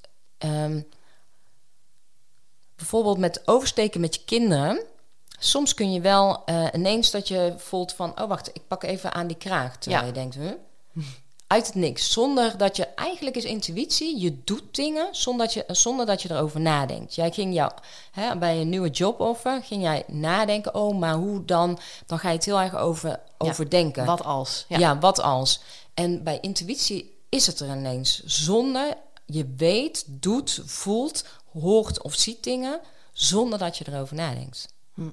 Speaker 4: bijvoorbeeld met oversteken met je kinderen, soms kun je wel ineens dat je voelt van, oh wacht, ik pak even aan die kraag. Terwijl je denkt, uit het niks. Zonder dat je, eigenlijk is intuïtie, je doet dingen zonder dat je erover nadenkt. Jij ging bij een nieuwe joboffer, ging jij nadenken, oh, maar hoe dan? Dan ga je het heel erg overdenken.
Speaker 2: Wat als?
Speaker 4: Ja, wat als? En bij intuïtie is het er ineens. Zonder je weet, doet, voelt, hoort of ziet dingen, zonder dat je erover nadenkt.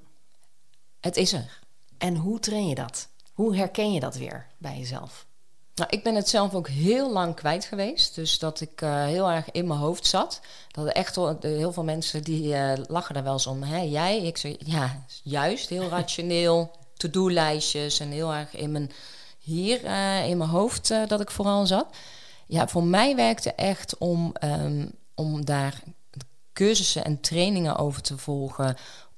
Speaker 4: Het is er.
Speaker 2: En hoe train je dat? Hoe herken je dat weer bij jezelf?
Speaker 4: Nou, ik ben het zelf ook heel lang kwijt geweest. Dus dat ik heel erg in mijn hoofd zat. Dat er echt heel veel mensen die lachen daar wel eens om. Hè, jij? Ik zeg, ja, juist. Heel rationeel. To-do-lijstjes. En heel erg in mijn hoofd dat ik vooral zat. Ja, voor mij werkte echt om daar cursussen en trainingen over te volgen.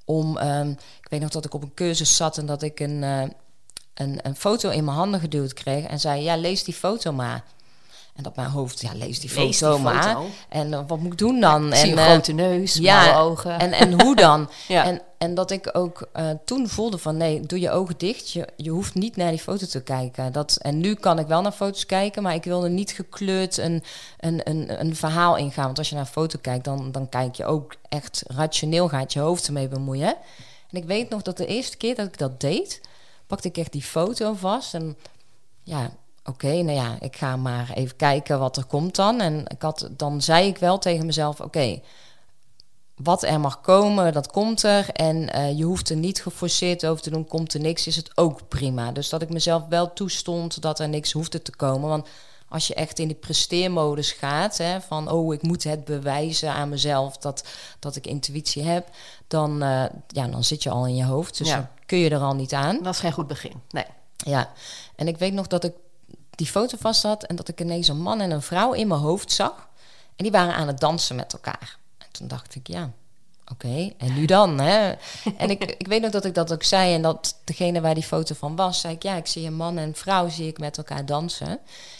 Speaker 4: Ik weet nog dat ik op een cursus zat en dat ik een foto in mijn handen geduwd kreeg en zei, ja, lees die foto maar. En dat mijn hoofd, ja, lees die foto maar. En wat moet ik doen dan?
Speaker 2: Ja, zie een grote neus, blauwe ogen.
Speaker 4: En hoe dan?
Speaker 2: Ja.
Speaker 4: En dat ik ook toen voelde van, nee, doe je ogen dicht. Je hoeft niet naar die foto te kijken. En nu kan ik wel naar foto's kijken, maar ik wilde niet gekleurd een verhaal ingaan. Want als je naar een foto kijkt, dan kijk je ook echt rationeel, gaat je hoofd ermee bemoeien. En ik weet nog dat de eerste keer dat ik dat deed, pakte ik echt die foto vast en ja, oké, ik ga maar even kijken wat er komt dan. En dan zei ik wel tegen mezelf, oké, wat er mag komen, dat komt er. En je hoeft er niet geforceerd over te doen, komt er niks, is het ook prima. Dus dat ik mezelf wel toestond dat er niks hoefde te komen. Want als je echt in die presteermodus gaat, hè, van oh, ik moet het bewijzen aan mezelf dat ik intuïtie heb, dan zit je al in je hoofd. Dus dan kun je er al niet aan.
Speaker 2: Dat is geen goed begin, nee.
Speaker 4: Ja, en ik weet nog dat ik die foto vast had en dat ik ineens een man en een vrouw in mijn hoofd zag. En die waren aan het dansen met elkaar. En toen dacht ik, ja, oké, en nu dan? Hè? En ik weet nog dat ik dat ook zei en dat degene waar die foto van was, zei ik, ja, ik zie een man en een vrouw zie ik met elkaar dansen.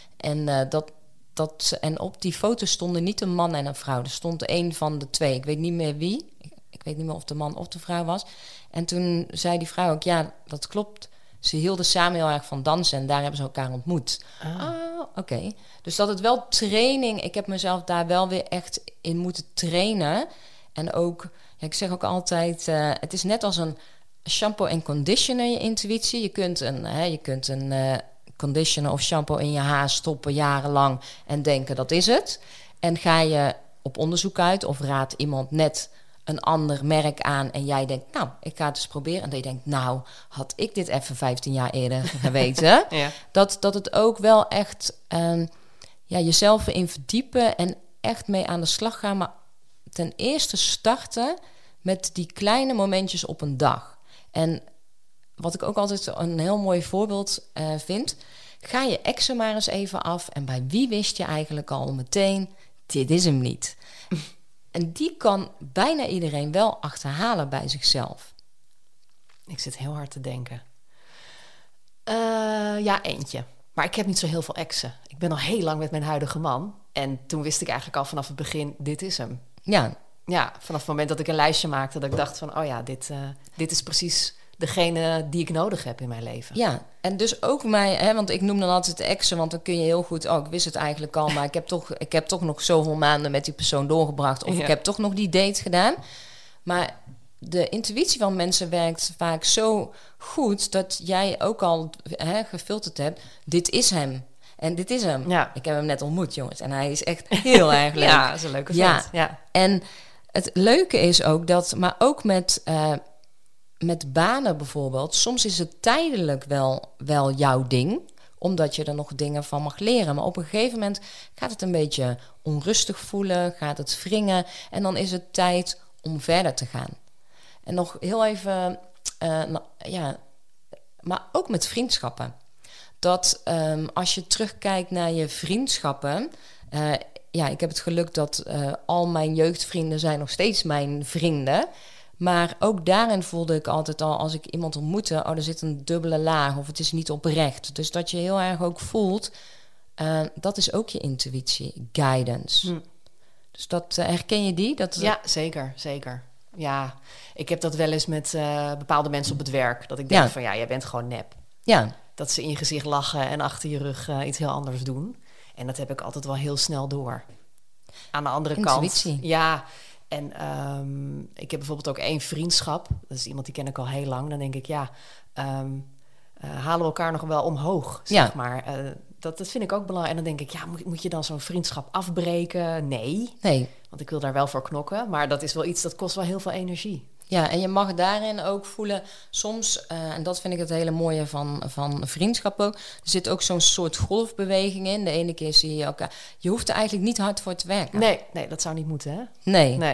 Speaker 4: En op die foto stonden niet een man en een vrouw. Er stond een van de twee. Ik weet niet meer wie. Ik weet niet meer of de man of de vrouw was. En toen zei die vrouw ook, ja, dat klopt. Ze hielden samen heel erg van dansen en daar hebben ze elkaar ontmoet. Oké. Dus dat het wel training... Ik heb mezelf daar wel weer echt in moeten trainen. En ook, ik zeg ook altijd, het is net als een shampoo en conditioner, je intuïtie. Je kunt een conditioner of shampoo in je haar stoppen jarenlang en denken dat is het. En ga je op onderzoek uit of raadt iemand net een ander merk aan en jij denkt, nou, ik ga het eens proberen. En dat je denkt, nou, had ik dit even 15 jaar eerder geweten.
Speaker 2: Ja.
Speaker 4: Dat het ook wel echt jezelf erin verdiepen en echt mee aan de slag gaan. Maar ten eerste starten met die kleine momentjes op een dag. En wat ik ook altijd een heel mooi voorbeeld vind, ga je exen maar eens even af en bij wie wist je eigenlijk al meteen, dit is hem niet. En die kan bijna iedereen wel achterhalen bij zichzelf.
Speaker 2: Ik zit heel hard te denken. Eentje. Maar ik heb niet zo heel veel exen. Ik ben al heel lang met mijn huidige man. En toen wist ik eigenlijk al vanaf het begin, dit is hem.
Speaker 4: Ja.
Speaker 2: Ja, vanaf het moment dat ik een lijstje maakte, dat ik dacht van, oh ja, dit is precies degene die ik nodig heb in mijn leven.
Speaker 4: Ja, en dus ook mij, want ik noem dan altijd de exen, want dan kun je heel goed, ik wist het eigenlijk al, maar ik heb toch nog zoveel maanden met die persoon doorgebracht, of ik heb toch nog die date gedaan. Maar de intuïtie van mensen werkt vaak zo goed dat jij ook al gefilterd hebt, dit is hem. En dit is hem.
Speaker 2: Ja.
Speaker 4: Ik heb hem net ontmoet, jongens. En hij is echt heel erg leuk.
Speaker 2: Ja, dat is een leuke vent. Ja.
Speaker 4: En het leuke is ook dat, maar ook met met banen bijvoorbeeld, soms is het tijdelijk wel jouw ding, omdat je er nog dingen van mag leren. Maar op een gegeven moment gaat het een beetje onrustig voelen, gaat het wringen en dan is het tijd om verder te gaan. En nog heel even, maar ook met vriendschappen. Dat als je terugkijkt naar je vriendschappen, ik heb het geluk dat al mijn jeugdvrienden zijn nog steeds mijn vrienden. Maar ook daarin voelde ik altijd al, als ik iemand ontmoette, er zit een dubbele laag of het is niet oprecht. Dus dat je heel erg ook voelt, dat is ook je intuïtie, guidance. Dus dat herken je die?
Speaker 2: Ja, zeker, zeker. Ja, ik heb dat wel eens met bepaalde mensen op het werk. Dat ik denk van, jij bent gewoon nep.
Speaker 4: Ja. Dat
Speaker 2: ze in je gezicht lachen en achter je rug iets heel anders doen. En dat heb ik altijd wel heel snel door. Aan de andere
Speaker 4: intuïtie.
Speaker 2: Kant... Ja, en ik heb bijvoorbeeld ook 1 vriendschap. Dat is iemand die ken ik al heel lang. Dan denk ik, halen we elkaar nog wel omhoog, zeg maar. Dat vind ik ook belangrijk. En dan denk ik, moet je dan zo'n vriendschap afbreken? Nee. Want ik wil daar wel voor knokken. Maar dat is wel iets, dat kost wel heel veel energie.
Speaker 4: Ja, en je mag daarin ook voelen, soms, en dat vind ik het hele mooie van vriendschap ook, er zit ook zo'n soort golfbeweging in. De ene keer zie je elkaar. Je hoeft er eigenlijk niet hard voor te werken.
Speaker 2: Nee, dat zou niet moeten, hè?
Speaker 4: Nee.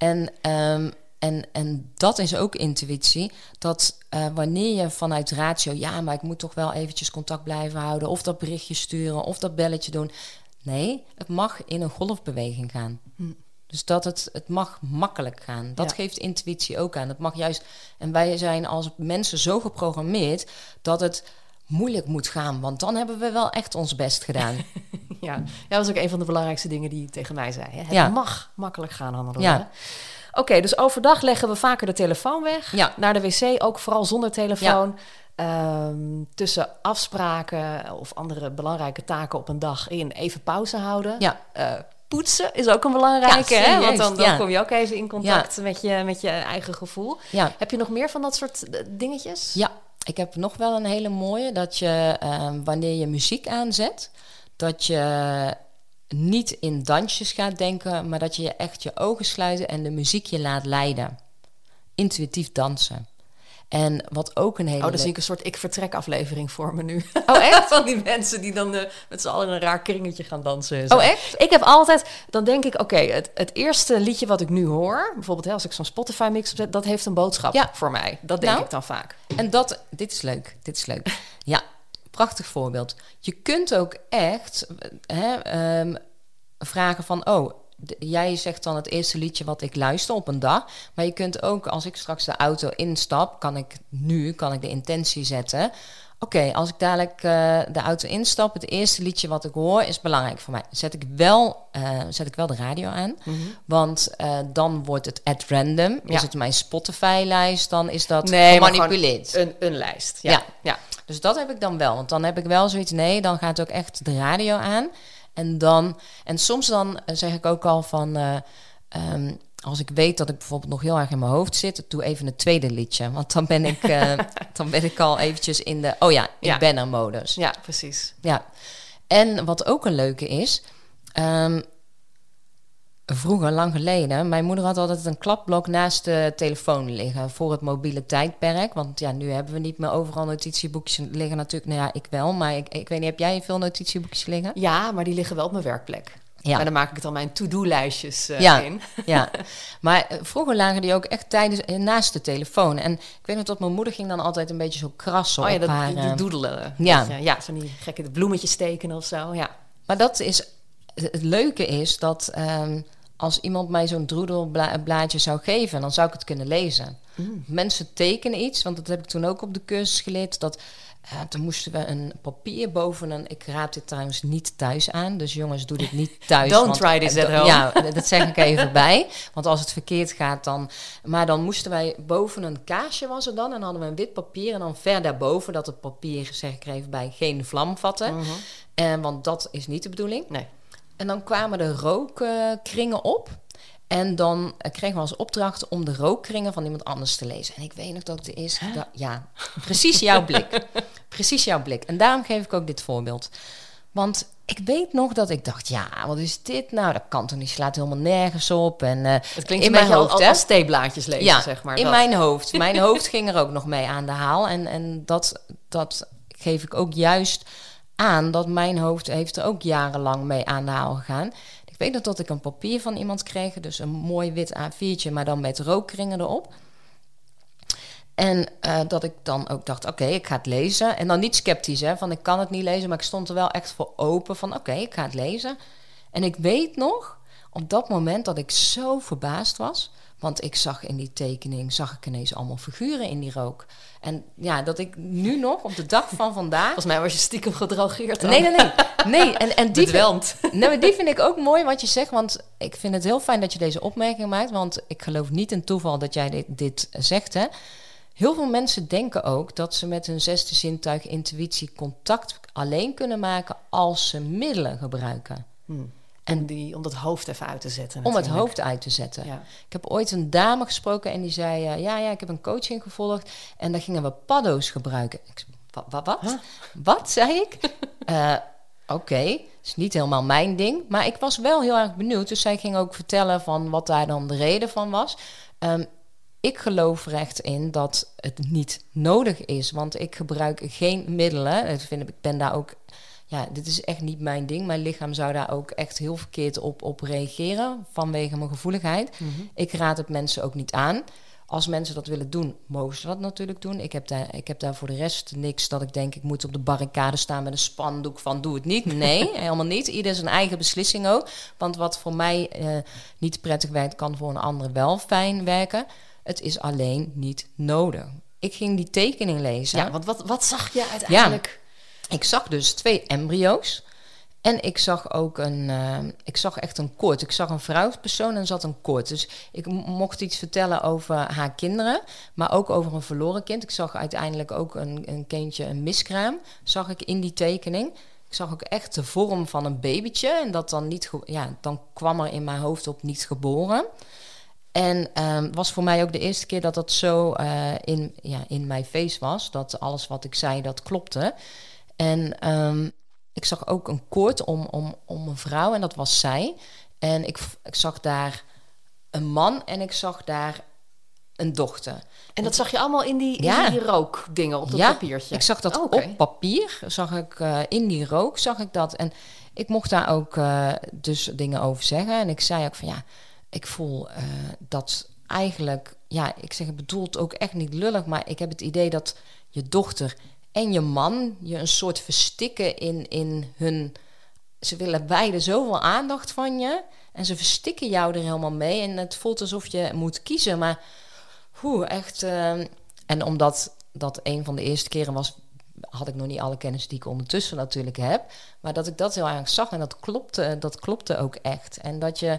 Speaker 4: En dat is ook intuïtie. Dat wanneer je vanuit ratio, maar ik moet toch wel eventjes contact blijven houden, of dat berichtje sturen, of dat belletje doen. Nee, het mag in een golfbeweging gaan. Dus dat het mag makkelijk gaan. Dat geeft intuïtie ook aan. Het mag juist... En wij zijn als mensen zo geprogrammeerd dat het moeilijk moet gaan. Want dan hebben we wel echt ons best gedaan.
Speaker 2: Ja, dat is ook een van de belangrijkste dingen die je tegen mij zei. Hè? Het mag makkelijk gaan, Hannelore.
Speaker 4: Ja.
Speaker 2: Oké, dus overdag leggen we vaker de telefoon weg. Ja. Naar de wc, ook vooral zonder telefoon. Ja. Tussen afspraken of andere belangrijke taken op een dag in even pauze houden. Ja. Poetsen is ook een belangrijke, hè? Want dan kom je ook even in contact met je eigen gevoel. Ja. Heb je nog meer van dat soort dingetjes?
Speaker 4: Ja, ik heb nog wel een hele mooie. Dat je, wanneer je muziek aanzet, dat je niet in dansjes gaat denken, maar dat je echt je ogen sluit en de muziek je laat leiden. Intuïtief dansen. En wat ook een hele...
Speaker 2: dan zie ik een soort ik-vertrek-aflevering voor me nu.
Speaker 4: Oh, echt?
Speaker 2: Van die mensen die dan met z'n allen in een raar kringetje gaan dansen.
Speaker 4: Oh, echt?
Speaker 2: Ik heb altijd... Dan denk ik, het eerste liedje wat ik nu hoor... Bijvoorbeeld als ik zo'n Spotify-mix opzet... dat heeft een boodschap voor mij. Dat denk ik dan vaak.
Speaker 4: En dit is leuk. Ja, prachtig voorbeeld. Je kunt ook echt vragen van... jij zegt dan het eerste liedje wat ik luister op een dag. Maar je kunt ook, als ik straks de auto instap... kan ik de intentie zetten. Oké, als ik dadelijk de auto instap... het eerste liedje wat ik hoor is belangrijk voor mij. Zet ik wel de radio aan. Mm-hmm. Want dan wordt het at random. Ja. Is het mijn Spotify-lijst, dan is dat gemanipuleerd.
Speaker 2: Een lijst,
Speaker 4: ja. Dus dat heb ik dan wel. Want dan heb ik wel zoiets... dan gaat ook echt de radio aan... En soms dan zeg ik ook al van... als ik weet dat ik bijvoorbeeld nog heel erg in mijn hoofd zit... doe even het tweede liedje. Want dan ben ik al eventjes in de... ik ben er modus.
Speaker 2: Ja, precies.
Speaker 4: Ja. En wat ook een leuke is... vroeger, lang geleden... mijn moeder had altijd een klapblok naast de telefoon liggen... voor het mobiele tijdperk. Want nu hebben we niet meer overal notitieboekjes liggen natuurlijk. Nou ja, ik wel, maar ik weet niet... heb jij veel notitieboekjes liggen?
Speaker 2: Ja, maar die liggen wel op mijn werkplek. Ja. Maar dan maak ik dan mijn to-do-lijstjes in.
Speaker 4: Ja, maar vroeger lagen die ook echt naast de telefoon. En ik weet nog dat mijn moeder ging dan altijd een beetje zo krassen op haar...
Speaker 2: dat doedelen. Ja, van die gekke bloemetjes tekenen of zo, ja.
Speaker 4: Maar dat is... Het leuke is dat als iemand mij zo'n droedelblaadje zou geven... dan zou ik het kunnen lezen. Mensen tekenen iets, want dat heb ik toen ook op de cursus geleerd... dat toen moesten we een papier boven een... Ik raad dit trouwens niet thuis aan, dus jongens, doe dit niet thuis.
Speaker 2: Don't try this at home.
Speaker 4: Ja, dat zeg ik even bij. Want als het verkeerd gaat dan... Maar dan moesten wij boven een kaarsje was er dan... en hadden we een wit papier en dan ver daarboven... dat het papier, zeg ik er even bij, geen vlam vatte. Want dat is niet de bedoeling.
Speaker 2: Nee.
Speaker 4: En dan kwamen de rookkringen op. En dan kregen we als opdracht om de rookkringen van iemand anders te lezen. En ik weet nog dat het is... precies jouw blik. Precies jouw blik. En daarom geef ik ook dit voorbeeld. Want ik weet nog dat ik dacht, ja, wat is dit nou? Dat kan toch niet, slaat helemaal nergens op. En,
Speaker 2: Het klinkt
Speaker 4: in
Speaker 2: een beetje
Speaker 4: hoofd,
Speaker 2: als theeblaadjes lezen,
Speaker 4: ja,
Speaker 2: zeg maar.
Speaker 4: in
Speaker 2: dat.
Speaker 4: mijn hoofd. Mijn hoofd ging er ook nog mee aan de haal. En dat geef ik ook juist aan, dat mijn hoofd heeft er ook jarenlang mee aan de haal gegaan. Ik weet nog dat ik een papier van iemand kreeg, dus een mooi wit A4'tje, maar dan met rookkringen erop. En dat ik dan ook dacht, oké, ik ga het lezen. En dan niet sceptisch, hè, van ik kan het niet lezen, maar ik stond er wel echt voor open van oké, ik ga het lezen. En ik weet nog, op dat moment dat ik zo verbaasd was, want ik zag in die tekening, zag ik ineens allemaal figuren in die rook. En ja, dat ik nu nog, op de dag van vandaag...
Speaker 2: Volgens mij was je stiekem gedrogeerd dan.
Speaker 4: Nee. En die
Speaker 2: die
Speaker 4: vind ik ook mooi wat je zegt, want ik vind het heel fijn dat je deze opmerking maakt, want ik geloof niet in toeval dat jij dit zegt, hè. Heel veel mensen denken ook dat ze met hun 6e zintuig, intuïtie, contact alleen kunnen maken als ze middelen gebruiken.
Speaker 2: Om dat hoofd even uit te zetten.
Speaker 4: Om het hoofd uit te zetten.
Speaker 2: Ja.
Speaker 4: Ik heb ooit een dame gesproken en die zei, ja, ik heb een coaching gevolgd en daar gingen we paddo's gebruiken. Ik zei, wat? Huh? Wat, zei ik? Oké, is niet helemaal mijn ding, maar ik was wel heel erg benieuwd. Dus zij ging ook vertellen van wat daar dan de reden van was. Ik geloof er echt in dat het niet nodig is, want ik gebruik geen middelen. Ik ben daar ook, ja, dit is echt niet mijn ding. Mijn lichaam zou daar ook echt heel verkeerd op reageren vanwege mijn gevoeligheid. Mm-hmm. Ik raad het mensen ook niet aan. Als mensen dat willen doen, mogen ze dat natuurlijk doen. Ik heb daar voor de rest niks dat ik denk, ik moet op de barricade staan met een spandoek van doe het niet. Nee, helemaal niet. Ieder zijn eigen beslissing ook. Want wat voor mij niet prettig werkt, kan voor een ander wel fijn werken. Het is alleen niet nodig. Ik ging die tekening lezen.
Speaker 2: Ja, want wat zag je uiteindelijk?
Speaker 4: Ja, ik zag dus 2 embryo's. En ik zag ook ik zag echt een koord. Ik zag een vrouwspersoon en zat een koord. Dus ik mocht iets vertellen over haar kinderen, maar ook over een verloren kind. Ik zag uiteindelijk ook een kindje, een miskraam, zag ik in die tekening. Ik zag ook echt de vorm van een babytje. En dat dan niet, dan kwam er in mijn hoofd op niet geboren. En was voor mij ook de eerste keer dat zo in mijn face was. Dat alles wat ik zei, dat klopte. En ik zag ook een koord om een vrouw en dat was zij. En ik zag daar een man en ik zag daar een dochter.
Speaker 2: En dat zag je allemaal in die rookdingen op dat papiertje?
Speaker 4: Ik zag dat op papier. Zag ik in die rook, zag ik dat. En ik mocht daar ook dus dingen over zeggen. En ik zei ook van ik voel dat eigenlijk, ik zeg, het bedoelt ook echt niet lullig, maar ik heb het idee dat je dochter en je man je een soort verstikken in hun. Ze willen beide zoveel aandacht van je en ze verstikken jou er helemaal mee. En het voelt alsof je moet kiezen, maar echt. En omdat dat een van de eerste keren was, had ik nog niet alle kennis die ik ondertussen natuurlijk heb, maar dat ik dat heel erg zag en dat klopte ook echt. En dat je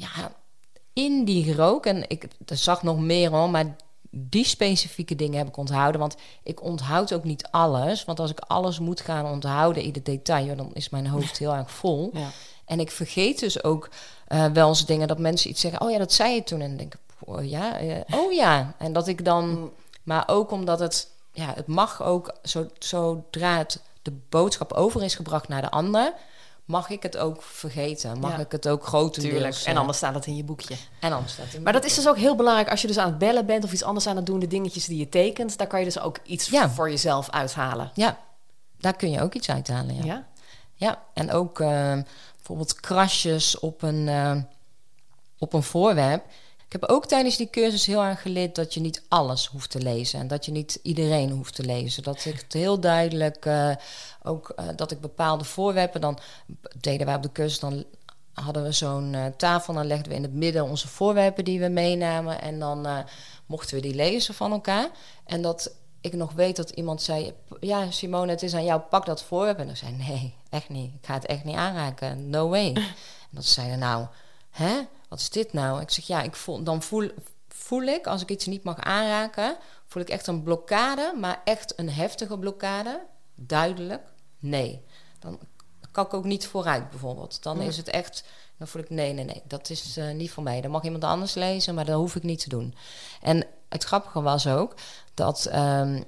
Speaker 4: in die rook, en ik zag nog meer hoor, maar die specifieke dingen heb ik onthouden. Want ik onthoud ook niet alles. Want als ik alles moet gaan onthouden, ieder detail, dan is mijn hoofd heel erg vol. Ja. En ik vergeet dus ook wel eens dingen dat mensen iets zeggen. Oh ja, dat zei je toen. En dan denk ik, oh ja. En dat ik dan, maar ook omdat het mag ook, zodra de boodschap over is gebracht naar de ander, mag ik het ook vergeten? Mag ik het ook grotendeels?
Speaker 2: En anders staat het in je boekje.
Speaker 4: Maar
Speaker 2: dat is dus ook heel belangrijk als je dus aan het bellen bent of iets anders aan het doen, de dingetjes die je tekent, daar kan je dus ook iets voor jezelf uithalen.
Speaker 4: Ja, daar kun je ook iets uithalen. Ja, en ook bijvoorbeeld krasjes op een voorwerp. Ik heb ook tijdens die cursus heel erg geleerd dat je niet alles hoeft te lezen. En dat je niet iedereen hoeft te lezen. Dat ik het heel duidelijk dat ik bepaalde voorwerpen, dan deden wij op de cursus, dan hadden we zo'n tafel, dan legden we in het midden onze voorwerpen die we meenamen. En dan mochten we die lezen van elkaar. En dat ik nog weet dat iemand zei, ja Simone, het is aan jou, pak dat voorwerp. En dan zei nee, echt niet. Ik ga het echt niet aanraken. No way. En dat zeiden nou, hè? Wat is dit nou? Ik zeg, voel ik, als ik iets niet mag aanraken, voel ik echt een blokkade, maar echt een heftige blokkade. Duidelijk, nee. Dan kan ik ook niet vooruit bijvoorbeeld. Dan is het echt, dan voel ik nee, dat is niet voor mij. Dan mag iemand anders lezen, maar dat hoef ik niet te doen. En het grappige was ook dat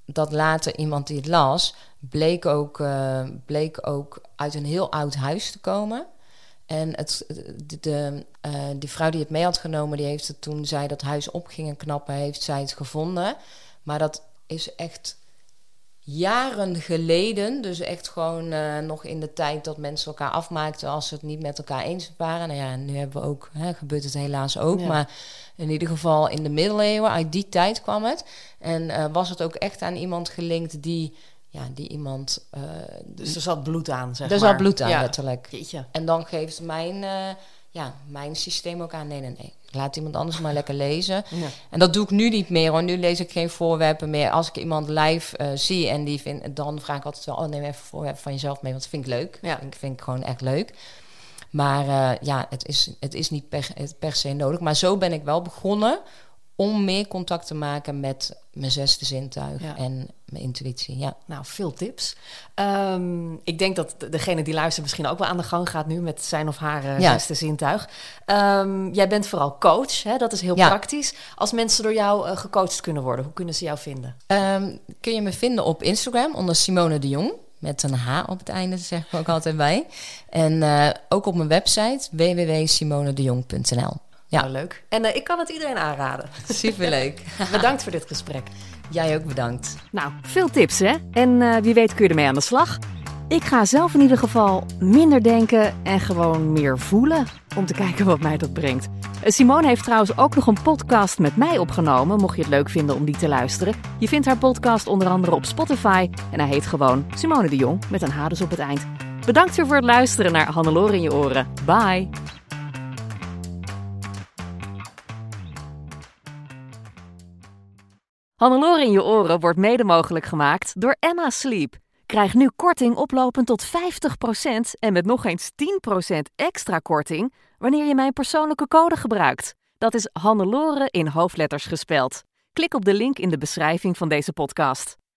Speaker 4: dat later iemand die het las, bleek ook uit een heel oud huis te komen. En die vrouw die het mee had genomen, die heeft het toen zij dat huis op gingen knappen, heeft zij het gevonden. Maar dat is echt jaren geleden, dus echt gewoon nog in de tijd dat mensen elkaar afmaakten als ze het niet met elkaar eens waren. Nou ja, nu hebben we ook, gebeurt het helaas ook, maar in ieder geval in de middeleeuwen, uit die tijd kwam het. En was het ook echt aan iemand gelinkt die iemand...
Speaker 2: dus er zat bloed aan, zeg maar.
Speaker 4: Er zat bloed aan, letterlijk.
Speaker 2: Jeetje.
Speaker 4: En dan geeft mijn systeem ook aan, nee. Laat iemand anders maar lekker lezen. Ja. En dat doe ik nu niet meer, hoor. Nu lees ik geen voorwerpen meer. Als ik iemand live zie en die vind, dan vraag ik altijd wel... neem even een voorwerp van jezelf mee, want dat vind ik leuk. Ja. Vind ik gewoon echt leuk. Maar het is niet per se nodig. Maar zo ben ik wel begonnen om meer contact te maken met mijn zesde zintuig en mijn intuïtie. Ja.
Speaker 2: Nou, veel tips. Ik denk dat degene die luistert misschien ook wel aan de gang gaat nu met zijn of haar zesde zintuig. Jij bent vooral coach, hè? Dat is heel praktisch. Als mensen door jou gecoacht kunnen worden, hoe kunnen ze jou vinden?
Speaker 4: Kun je me vinden op Instagram onder Simone de Jong. Met een H op het einde, zeg ik ook altijd bij. En ook op mijn website www.simonedejong.nl.
Speaker 2: Ja, nou, leuk. En ik kan het iedereen aanraden.
Speaker 4: Superleuk.
Speaker 2: Bedankt voor dit gesprek.
Speaker 4: Jij ook bedankt.
Speaker 5: Nou, veel tips, hè? En wie weet kun je ermee aan de slag. Ik ga zelf in ieder geval minder denken en gewoon meer voelen. Om te kijken wat mij dat brengt. Simone heeft trouwens ook nog een podcast met mij opgenomen. Mocht je het leuk vinden om die te luisteren. Je vindt haar podcast onder andere op Spotify. En hij heet gewoon Simone de Jong met een H dus op het eind. Bedankt weer voor het luisteren naar Hannelore in je oren. Bye! Hannelore in je oren wordt mede mogelijk gemaakt door Emma Sleep. Krijg nu korting oplopend tot 50% en met nog eens 10% extra korting wanneer je mijn persoonlijke code gebruikt. Dat is Hannelore in hoofdletters gespeld. Klik op de link in de beschrijving van deze podcast.